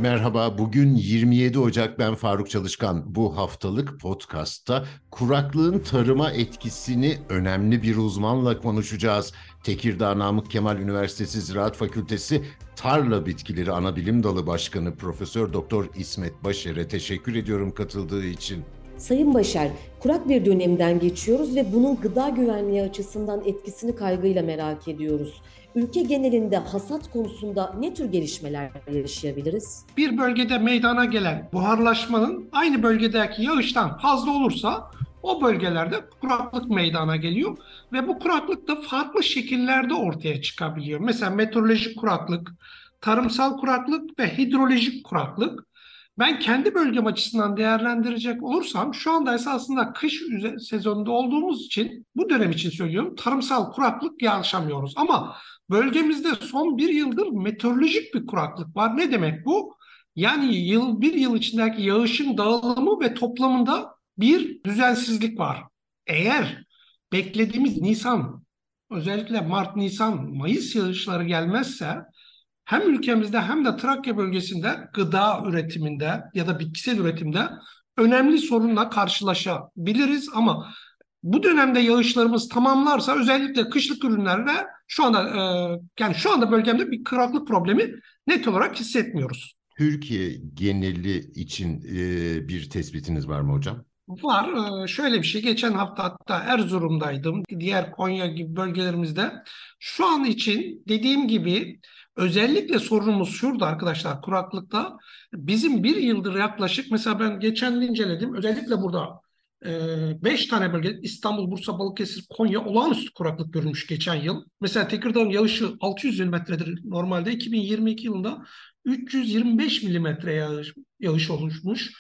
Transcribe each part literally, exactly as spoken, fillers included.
Merhaba, bugün yirmi yedi Ocak, ben Faruk Çalışkan. Bu haftalık podcast'ta kuraklığın tarıma etkisini önemli bir uzmanla konuşacağız. Tekirdağ Namık Kemal Üniversitesi Ziraat Fakültesi Tarla Bitkileri Anabilim Dalı Başkanı Profesör Doktor İsmet Başer'e teşekkür ediyorum katıldığı için. Sayın Başar, kurak bir dönemden geçiyoruz ve bunun gıda güvenliği açısından etkisini kaygıyla merak ediyoruz. Ülke genelinde hasat konusunda ne tür gelişmeler yaşayabiliriz? Bir bölgede meydana gelen buharlaşmanın aynı bölgedeki yağıştan fazla olursa o bölgelerde kuraklık meydana geliyor ve bu kuraklık da farklı şekillerde ortaya çıkabiliyor. Mesela meteorolojik kuraklık, tarımsal kuraklık ve hidrolojik kuraklık. Ben kendi bölgem açısından değerlendirecek olursam şu anda esasında kış sezonunda olduğumuz için bu dönem için söylüyorum tarımsal kuraklık yaşamıyoruz. Ama bölgemizde son bir yıldır meteorolojik bir kuraklık var. Ne demek bu? Yani yıl bir yıl içindeki yağışın dağılımı ve toplamında bir düzensizlik var. Eğer beklediğimiz Nisan, özellikle Mart, Nisan, Mayıs yağışları gelmezse hem ülkemizde hem de Trakya bölgesinde gıda üretiminde ya da bitkisel üretimde önemli sorunla karşılaşabiliriz. Ama bu dönemde yağışlarımız tamamlarsa özellikle kışlık ürünlerde şu anda e, yani şu anda bölgemde bir kuraklık problemi net olarak hissetmiyoruz. Türkiye geneli için e, bir tespitiniz var mı hocam? Var. Ee, Şöyle bir şey. Geçen hafta hatta Erzurum'daydım. Diğer Konya gibi bölgelerimizde. Şu an için dediğim gibi özellikle sorunumuz şurada arkadaşlar kuraklıkta. Bizim bir yıldır yaklaşık mesela ben geçen inceledim. Özellikle burada e, beş tane bölge İstanbul, Bursa, Balıkesir, Konya olağanüstü kuraklık görmüş geçen yıl. Mesela Tekirdağ'ın yağışı altı yüz milimetredir normalde. iki bin yirmi iki yılında üç yüz yirmi beş milimetre yağış, yağış oluşmuş.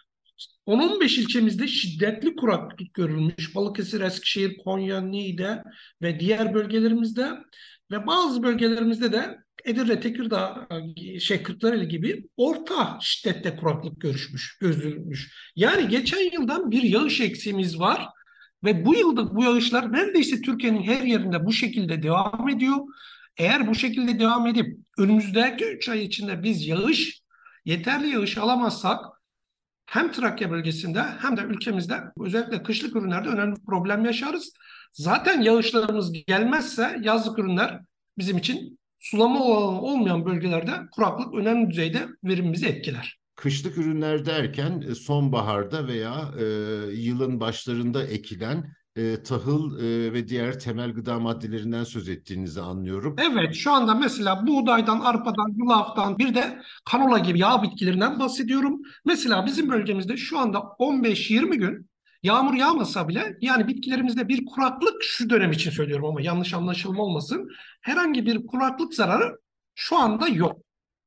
on on beş ilçemizde şiddetli kuraklık görülmüş. Balıkesir, Eskişehir, Konya, Niğde ve diğer bölgelerimizde ve bazı bölgelerimizde de Edirne, Tekirdağ, şey Kırklareli gibi orta şiddette kuraklık görüşmüş, gözülmüş. Yani geçen yıldan bir yağış eksiğimiz var ve bu yılda bu yağışlar neredeyse Türkiye'nin her yerinde bu şekilde devam ediyor. Eğer bu şekilde devam edip önümüzdeki üç ay içinde biz yağış, yeterli yağış alamazsak hem Trakya bölgesinde hem de ülkemizde özellikle kışlık ürünlerde önemli bir problem yaşarız. Zaten yağışlarımız gelmezse yazlık ürünler bizim için sulama alanı olmayan bölgelerde kuraklık önemli düzeyde verimimizi etkiler. Kışlık ürünler derken e, sonbaharda veya e, yılın başlarında ekilen e, tahıl e, ve diğer temel gıda maddelerinden söz ettiğinizi anlıyorum. Evet, şu anda mesela buğdaydan, arpadan, yulaftan bir de kanola gibi yağ bitkilerinden bahsediyorum. Mesela bizim bölgemizde şu anda on beş yirmi gün yağmur yağmasa bile yani bitkilerimizde bir kuraklık şu dönem için söylüyorum ama yanlış anlaşılma olmasın. Herhangi bir kuraklık zararı şu anda yok.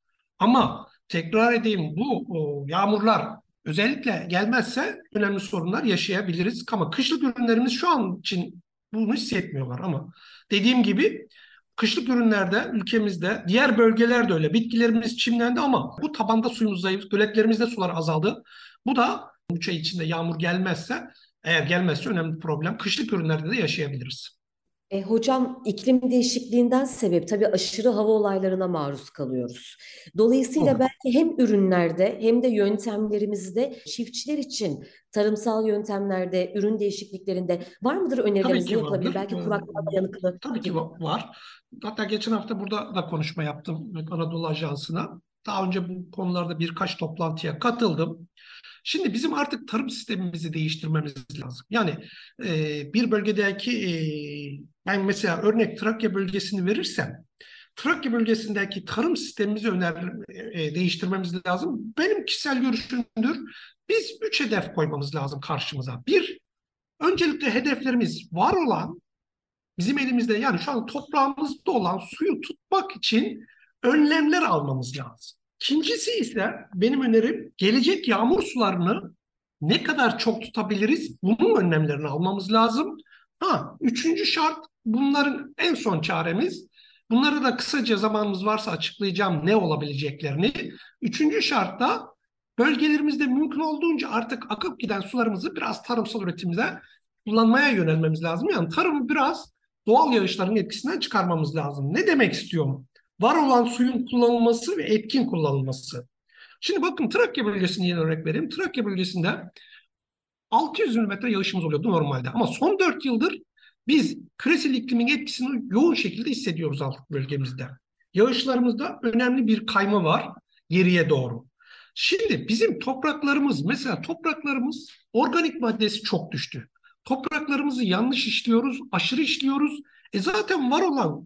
Ama tekrar edeyim bu o, yağmurlar özellikle gelmezse önemli sorunlar yaşayabiliriz. Ama kışlık ürünlerimiz şu an için bunu hissetmiyorlar ama dediğim gibi kışlık ürünlerde ülkemizde diğer bölgelerde öyle bitkilerimiz çimlendi ama bu tabanda suyumuz zayıf, göletlerimizde sular azaldı. Bu da üç ay içinde yağmur gelmezse eğer gelmezse önemli bir problem. Kışlık ürünlerde de yaşayabiliriz. E, hocam iklim değişikliğinden sebep tabii aşırı hava olaylarına maruz kalıyoruz. Dolayısıyla belki hem ürünlerde hem de yöntemlerimizde çiftçiler için tarımsal yöntemlerde, ürün değişikliklerinde var mıdır Tabii önerileriniz, ne ki yapılabilir? vardır. Belki Ee, kuraklığa dayanıklı tabii ki gibi. var. Hatta geçen hafta burada da konuşma yaptım Anadolu Ajansı'na. Daha önce bu konularda birkaç toplantıya katıldım. Şimdi bizim artık tarım sistemimizi değiştirmemiz lazım. Yani e, bir bölgedeki e, ben mesela örnek Trakya bölgesini verirsem Trakya bölgesindeki tarım sistemimizi öner, e, değiştirmemiz lazım. Benim kişisel görüşümdür. Biz üç hedef koymamız lazım karşımıza. Bir, öncelikle hedeflerimiz var olan bizim elimizde yani şu an toprağımızda olan suyu tutmak için önlemler almamız lazım. İkincisi ise benim önerim gelecek yağmur sularını ne kadar çok tutabiliriz bunun önlemlerini almamız lazım. Ha, üçüncü şart bunların en son çaremiz. Bunları da kısaca zamanımız varsa açıklayacağım ne olabileceklerini. Üçüncü şart da bölgelerimizde mümkün olduğunca artık akıp giden sularımızı biraz tarımsal üretimimize kullanmaya yönelmemiz lazım. Yani tarımı biraz doğal yağışların etkisinden çıkarmamız lazım. Ne demek istiyorum? Var olan suyun kullanılması ve etkin kullanılması. Şimdi bakın Trakya bölgesine yeni örnek vereyim. Trakya bölgesinde altı yüz milimetre yağışımız oluyordu normalde. Ama son dört yıldır biz küresel iklimin etkisini yoğun şekilde hissediyoruz alt bölgemizde. Yağışlarımızda önemli bir kayma var geriye doğru. Şimdi bizim topraklarımız, mesela topraklarımız organik maddesi çok düştü. Topraklarımızı yanlış işliyoruz, aşırı işliyoruz. E zaten var olan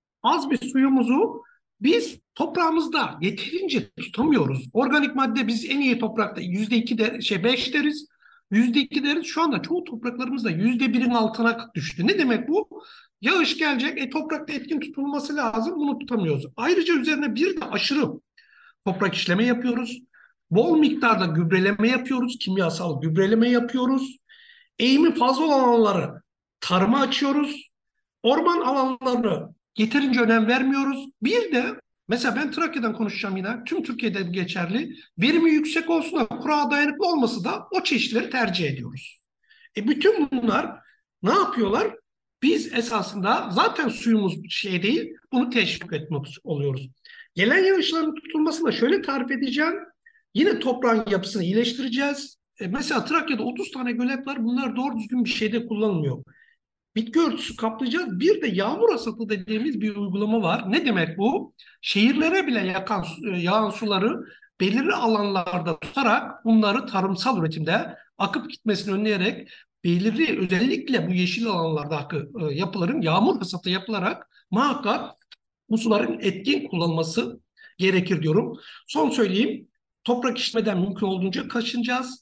az bir suyumuzu biz toprağımızda yeterince tutamıyoruz. Organik madde biz en iyi toprakta yüzde iki de, şey beş deriz. Yüzde iki deriz. Şu anda çoğu topraklarımızda yüzde birin altına düştü. Ne demek bu? Yağış gelecek. E, toprakta etkin tutulması lazım. Bunu tutamıyoruz. Ayrıca üzerine bir de aşırı toprak işleme yapıyoruz. Bol miktarda gübreleme yapıyoruz. Kimyasal gübreleme yapıyoruz. Eğimi fazla olan alanları tarıma açıyoruz. Orman alanlarını yeterince önem vermiyoruz. Bir de mesela ben Trakya'dan konuşacağım yine. Tüm Türkiye'de geçerli. Verimi yüksek olsun da kurağa dayanıklı olması da o çeşitleri tercih ediyoruz. E bütün bunlar ne yapıyorlar? Biz esasında zaten suyumuz şey değil, bunu teşvik etmek oluyoruz. Gelen yağışların tutulmasını da şöyle tarif edeceğim. Yine toprağın yapısını iyileştireceğiz. E mesela Trakya'da otuz tane gölet var. Bunlar doğru düzgün bir şeyde kullanılmıyor. Bitki örtüsü kaplayacağız. Bir de yağmur hasatı dediğimiz bir uygulama var. Ne demek bu? Şehirlere bile yakan, yağan suları belirli alanlarda tutarak bunları tarımsal üretimde akıp gitmesini önleyerek belirli özellikle bu yeşil alanlarda akı, yapıların yağmur hasatı yapılarak muhakkak bu suların etkin kullanılması gerekir diyorum. Son söyleyeyim. Toprak işlemeden mümkün olduğunca kaçınacağız.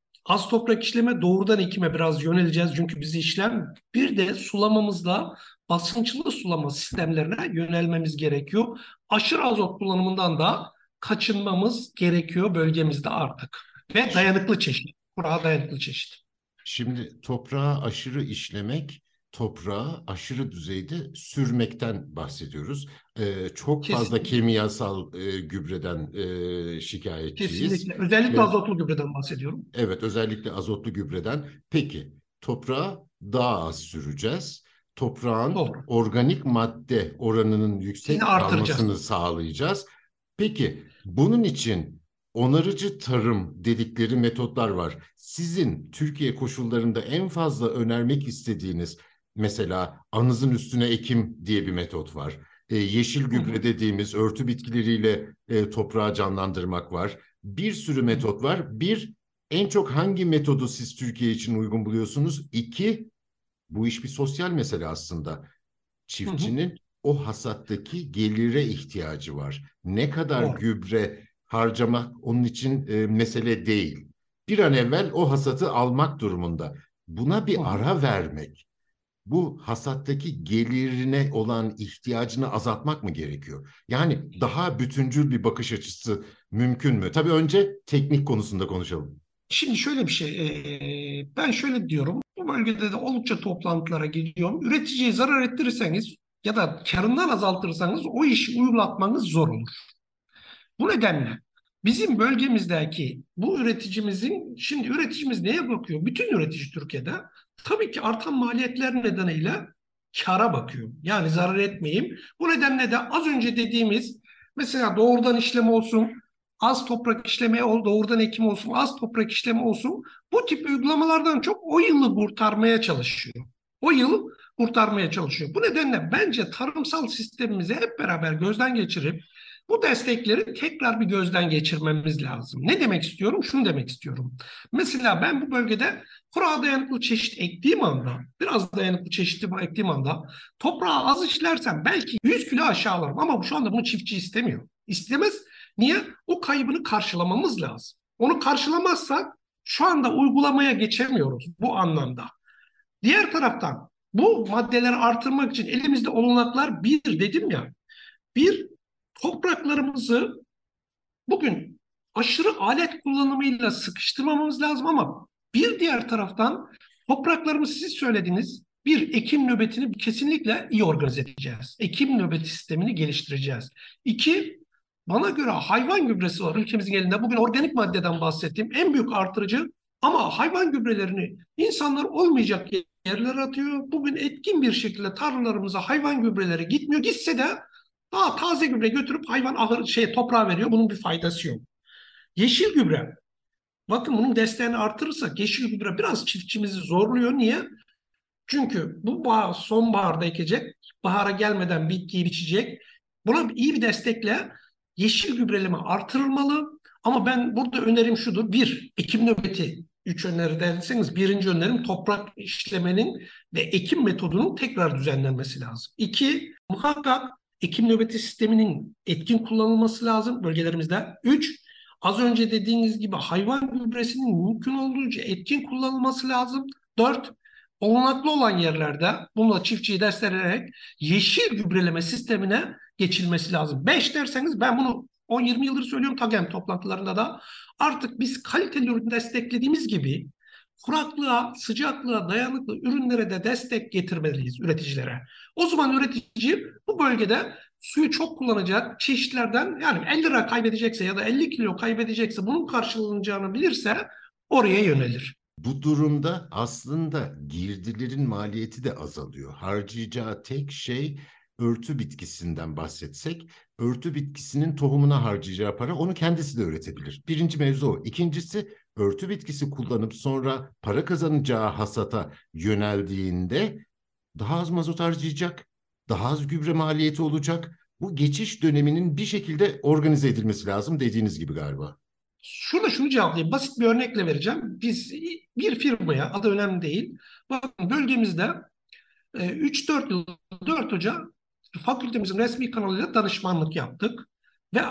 Az toprak işleme, doğrudan ekime biraz yöneleceğiz. Çünkü bizi işlem bir de sulamamızda basınçlı sulama sistemlerine yönelmemiz gerekiyor. Aşırı azot kullanımından da kaçınmamız gerekiyor bölgemizde artık. Ve dayanıklı çeşit, kurağa dayanıklı çeşit. Şimdi toprağa aşırı işlemek, toprağı aşırı düzeyde sürmekten bahsediyoruz. Ee, çok fazla Kesinlikle. kimyasal e, gübreden e, şikayetçiyiz. Kesinlikle. Özellikle Evet, azotlu gübreden bahsediyorum. evet, özellikle azotlu gübreden. Peki, toprağa daha az süreceğiz. Toprağın Doğru. organik madde oranının Yine yüksek artıracağız. kalmasını sağlayacağız. Peki, bunun için onarıcı tarım dedikleri metotlar var. Sizin Türkiye koşullarında en fazla önermek istediğiniz, mesela anızın üstüne ekim diye bir metot var. E, yeşil gübre dediğimiz örtü bitkileriyle e, toprağı canlandırmak var. Bir sürü metot var. Bir, en çok hangi metodu siz Türkiye için uygun buluyorsunuz? İki, bu iş bir sosyal mesele aslında. Çiftçinin o hasattaki gelire ihtiyacı var. Ne kadar Doğru. gübre harcamak onun için e, mesele değil. Bir an evvel o hasatı almak durumunda. Buna bir ara vermek, bu hasattaki gelirine olan ihtiyacını azaltmak mı gerekiyor? Yani daha bütüncül bir bakış açısı mümkün mü? Tabii önce teknik konusunda konuşalım. Şimdi şöyle bir şey, e, ben şöyle diyorum, bu bölgede de oldukça toplantılara gidiyorum. Üreticiye zarar ettirirseniz ya da karından azaltırsanız o işi uygulatmanız zor olur. Bu nedenle bizim bölgemizdeki bu üreticimizin, şimdi üreticimiz neye bakıyor? Bütün üretici Türkiye'de tabii ki artan maliyetler nedeniyle kara bakıyor. Yani zarar etmeyeyim. Bu nedenle de az önce dediğimiz mesela doğrudan işlem olsun, az toprak işleme ol, doğrudan ekim olsun, az toprak işleme olsun. Bu tip uygulamalardan çok o yılı kurtarmaya çalışıyor. O yıl kurtarmaya çalışıyor. Bu nedenle bence tarımsal sistemimizi hep beraber gözden geçirip bu destekleri tekrar bir gözden geçirmemiz lazım. Ne demek istiyorum? Şunu demek istiyorum. Mesela ben bu bölgede kurağa dayanıklı çeşit ektiğim anda, biraz dayanıklı çeşidi ektiğim anda toprağı az işlersem belki yüz kilo aşağı alırım. Ama şu anda bunu çiftçi istemiyor. İstemez. Niye? O kaybını karşılamamız lazım. Onu karşılamazsak şu anda uygulamaya geçemiyoruz bu anlamda. Diğer taraftan bu maddeleri artırmak için elimizde olanaklar bir dedim ya. Bir, topraklarımızı bugün aşırı alet kullanımıyla sıkıştırmamamız lazım ama bir diğer taraftan topraklarımızı siz söylediniz, bir ekim nöbetini kesinlikle iyi organize edeceğiz. Ekim nöbeti sistemini geliştireceğiz. İki, bana göre hayvan gübresi var ülkemizin elinde. Bugün organik maddeden bahsettiğim en büyük artırıcı ama hayvan gübrelerini insanlar olmayacak yerlere atıyor. Bugün etkin bir şekilde tarlalarımıza hayvan gübreleri gitmiyor. Gitse de daha taze gübre götürüp hayvan ahır şey toprağa veriyor. Bunun bir faydası yok. Yeşil gübre. Bakın bunun desteğini artırırsak yeşil gübre biraz çiftçimizi zorluyor. Niye? Çünkü bu bahar, sonbaharda ekecek, bahara gelmeden bitkiyi biçecek. Buna iyi bir destekle yeşil gübreleme artırılmalı. Ama ben burada önerim şudur. Bir, ekim nöbeti. Üç öneri derseniz birinci önerim toprak işlemenin ve ekim metodunun tekrar düzenlenmesi lazım. İki, muhakkak ekim nöbeti sisteminin etkin kullanılması lazım bölgelerimizde. Üç, az önce dediğiniz gibi hayvan gübresinin mümkün olduğunca etkin kullanılması lazım. Dört, olanaklı olan yerlerde bununla çiftçiyi destekleyerek yeşil gübreleme sistemine geçilmesi lazım. Beş derseniz ben bunu on yirmi yıldır söylüyorum TAGEM toplantılarında da artık biz kaliteli ürün desteklediğimiz gibi kuraklığa, sıcaklığa dayanıklı ürünlere de destek getirmeliyiz üreticilere. O zaman üretici bu bölgede suyu çok kullanacak çeşitlerden yani elli lira kaybedecekse ya da elli kilo kaybedecekse bunun karşılanacağını bilirse oraya yönelir. Bu durumda aslında girdilerin maliyeti de azalıyor. Harcayacağı tek şey örtü bitkisinden bahsetsek, örtü bitkisinin tohumuna harcayacağı para onu kendisi de üretebilir. Birinci mevzu o. İkincisi, örtü bitkisi kullanıp sonra para kazanacağı hasata yöneldiğinde daha az mazot harcayacak, daha az gübre maliyeti olacak. Bu geçiş döneminin bir şekilde organize edilmesi lazım dediğiniz gibi galiba. Şurada şunu cevaplayayım. Basit bir örnekle vereceğim. Biz bir firmaya, adı önemli değil. Bakın bölgemizde üç dört yıl, dört hoca fakültemizin resmi kanalıyla danışmanlık yaptık. Ve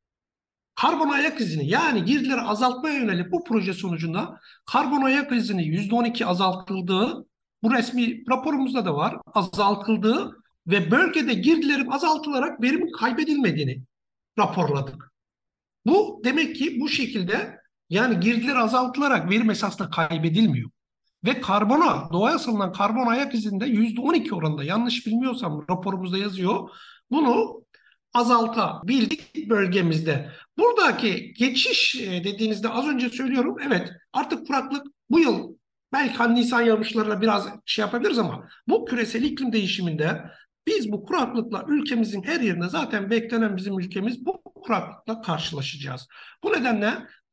karbon ayak izini yani girdileri azaltmaya yönelik bu proje sonucunda karbon ayak izini yüzde on iki azaltıldığı, bu resmi raporumuzda da var, azaltıldığı ve bölgede girdilerin azaltılarak verimin kaybedilmediğini raporladık. Bu demek ki bu şekilde yani girdiler azaltılarak verim esasında kaybedilmiyor. Ve karbona, doğaya salınan karbon ayak izinde yüzde on iki oranında yanlış bilmiyorsam raporumuzda yazıyor. Bunu azaltabildik bölgemizde. Buradaki geçiş dediğinizde az önce söylüyorum. Evet artık kuraklık bu yıl belki hani Nisan yağışlarıyla biraz şey yapabiliriz ama bu küresel iklim değişiminde biz bu kuraklıkla ülkemizin her yerinde zaten beklenen bizim ülkemiz bu kuraklıkla karşılaşacağız. Bu nedenle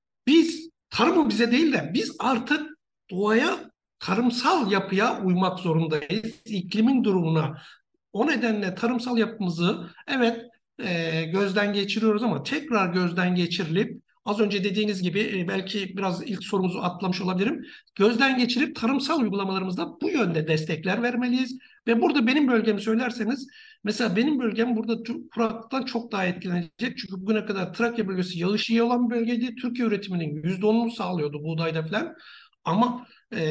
biz tarımı bize değil de biz artık doğaya tarımsal yapıya uymak zorundayız. İklimin durumuna. O nedenle tarımsal yapımızı evet e, gözden geçiriyoruz ama tekrar gözden geçirilip az önce dediğiniz gibi e, belki biraz ilk sorumuzu atlamış olabilirim. Gözden geçirip tarımsal uygulamalarımızda bu yönde destekler vermeliyiz. Ve burada benim bölgemi söylerseniz mesela benim bölgem burada kuraklıktan çok daha etkilenecek. Çünkü bugüne kadar Trakya bölgesi yağış iyi olan bir bölgeydi. Türkiye üretiminin yüzde onunu sağlıyordu buğdayda falan. Ama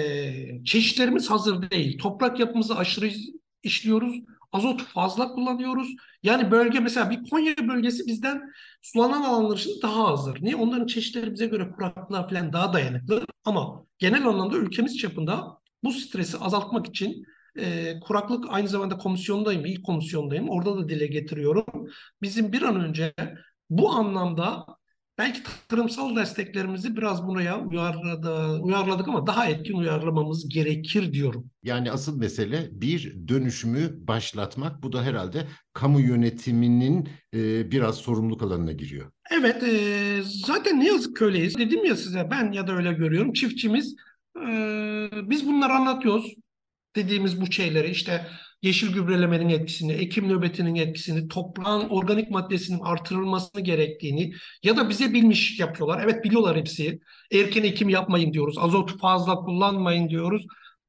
e, çeşitlerimiz hazır değil. Toprak yapımızı aşırı işliyoruz. Azotu fazla kullanıyoruz. Yani bölge mesela bir Konya bölgesi bizden sulanan alanlar için daha hazır. Niye? Onların çeşitleri bize göre kuraklığa falan daha dayanıklı. Ama genel anlamda ülkemiz çapında bu stresi azaltmak için e, kuraklık aynı zamanda komisyondayım, ilk komisyondayım. Orada da dile getiriyorum. Bizim bir an önce bu anlamda belki tarımsal desteklerimizi biraz buraya uyarladı, uyarladık ama daha etkin uyarlamamız gerekir diyorum. Yani asıl mesele bir dönüşümü başlatmak. Bu da herhalde kamu yönetiminin e, biraz sorumluluk alanına giriyor. Evet, e, zaten ne yazık ki öyleyiz. Dedim ya size ben ya da öyle görüyorum. Çiftçimiz e, biz bunları anlatıyoruz. Dediğimiz bu şeyleri işte yeşil gübrelemenin etkisini, ekim nöbetinin etkisini, toprağın organik maddesinin artırılmasını gerektiğini ya da bize bilmiş yapıyorlar. Evet biliyorlar hepsi. Erken ekim yapmayın diyoruz. Azot fazla kullanmayın diyoruz.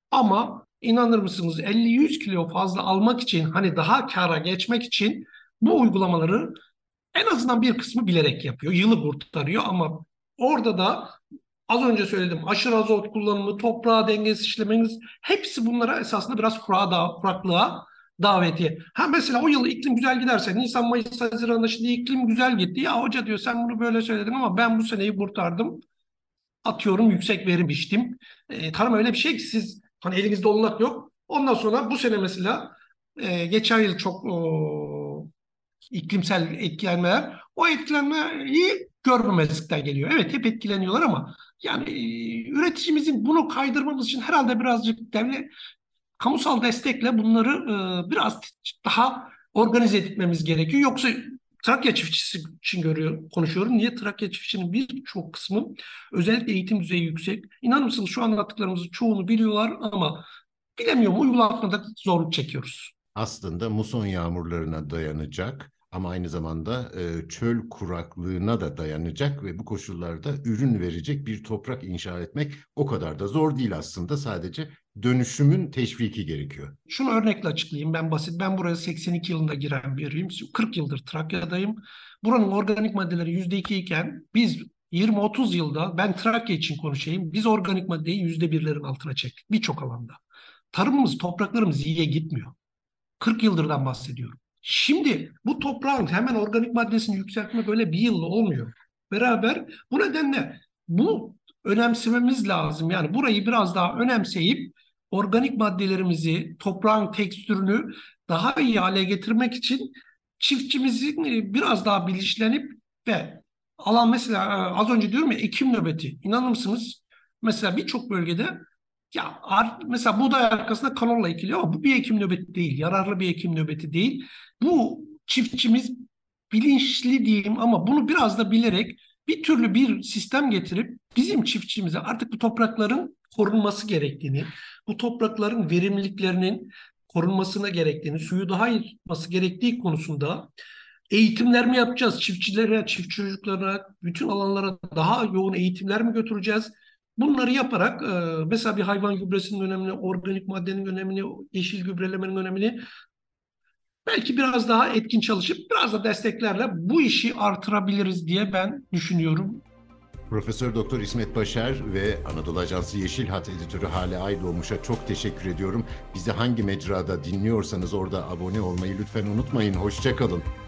Ama inanır mısınız elli yüz kilo fazla almak için hani daha kâra geçmek için bu uygulamaları en azından bir kısmı bilerek yapıyor. Yılı kurtarıyor ama orada da az önce söyledim aşırı azot kullanımı, toprağa dengesiz işlemeniz hepsi bunlara esasında biraz kuraklığa, kuraklığa davetiye. Ha mesela o yıl iklim güzel giderse Nisan, Mayıs, Haziran'da şimdi iklim güzel gitti. Ya hoca diyor sen bunu böyle söyledin ama ben bu seneyi kurtardım. Atıyorum yüksek verim biçtim. E, tarım öyle bir şey ki siz hani elinizde olanak yok. Ondan sonra bu sene mesela e, geçen yıl çok o, iklimsel etkilenmeler o etkilenmeyi görmemezlikten geliyor. Evet hep etkileniyorlar ama yani e, üreticimizin bunu kaydırmamız için herhalde birazcık devlet kamusal destekle bunları e, biraz daha organize etmemiz gerekiyor. Yoksa Trakya çiftçisi için görüyorum, konuşuyorum. Niye? Trakya çiftçinin birçok kısmı özellikle eğitim düzeyi yüksek. İnanır mısınız şu anlattıklarımızın çoğunu biliyorlar ama bilemiyorum, uygulatmada zorluk çekiyoruz. Aslında muson yağmurlarına dayanacak ama aynı zamanda e, çöl kuraklığına da dayanacak ve bu koşullarda ürün verecek bir toprak inşa etmek o kadar da zor değil aslında. Sadece dönüşümün teşviki gerekiyor. Şunu örnekle açıklayayım, ben basit. Ben buraya seksen iki yılında giren biriyim. kırk yıldır Trakya'dayım. Buranın organik maddeleri yüzde iki iken biz yirmi otuz yılda, ben Trakya için konuşayım, biz organik maddeyi yüzde birlerin altına çektik birçok alanda. Tarımımız, topraklarımız iyiye gitmiyor. kırk yıldırdan bahsediyorum. Şimdi bu toprağın hemen organik maddesini yükseltme böyle bir yılla olmuyor. Beraber bu nedenle bu önemsememiz lazım. Yani burayı biraz daha önemseyip organik maddelerimizi, toprağın tekstürünü daha iyi hale getirmek için çiftçimizin biraz daha bilinçlenip ve alan mesela az önce diyorum ya ekim nöbeti. İnanır mısınız? Mesela birçok bölgede ya mesela buğday arkasında kanola ekiliyor ama bu bir ekim nöbeti değil. Yararlı bir ekim nöbeti değil. Bu çiftçimiz bilinçli diyeyim ama bunu biraz da bilerek bir türlü bir sistem getirip bizim çiftçimize artık bu toprakların korunması gerektiğini, bu toprakların verimliliklerinin korunmasına gerektiğini, suyu daha iyi tutması gerektiği konusunda eğitimler mi yapacağız? Çiftçilere, çift çocuklara, bütün alanlara daha yoğun eğitimler mi götüreceğiz? Bunları yaparak mesela bir hayvan gübresinin önemini, organik maddenin önemini, yeşil gübrelemenin önemini belki biraz daha etkin çalışıp biraz da desteklerle bu işi artırabiliriz diye ben düşünüyorum. Profesör Doktor İsmet Başer ve Anadolu Ajansı Yeşil Hat editörü Hale Aydoğmuş'a çok teşekkür ediyorum. Bizi hangi mecrada dinliyorsanız orada abone olmayı lütfen unutmayın. Hoşça kalın.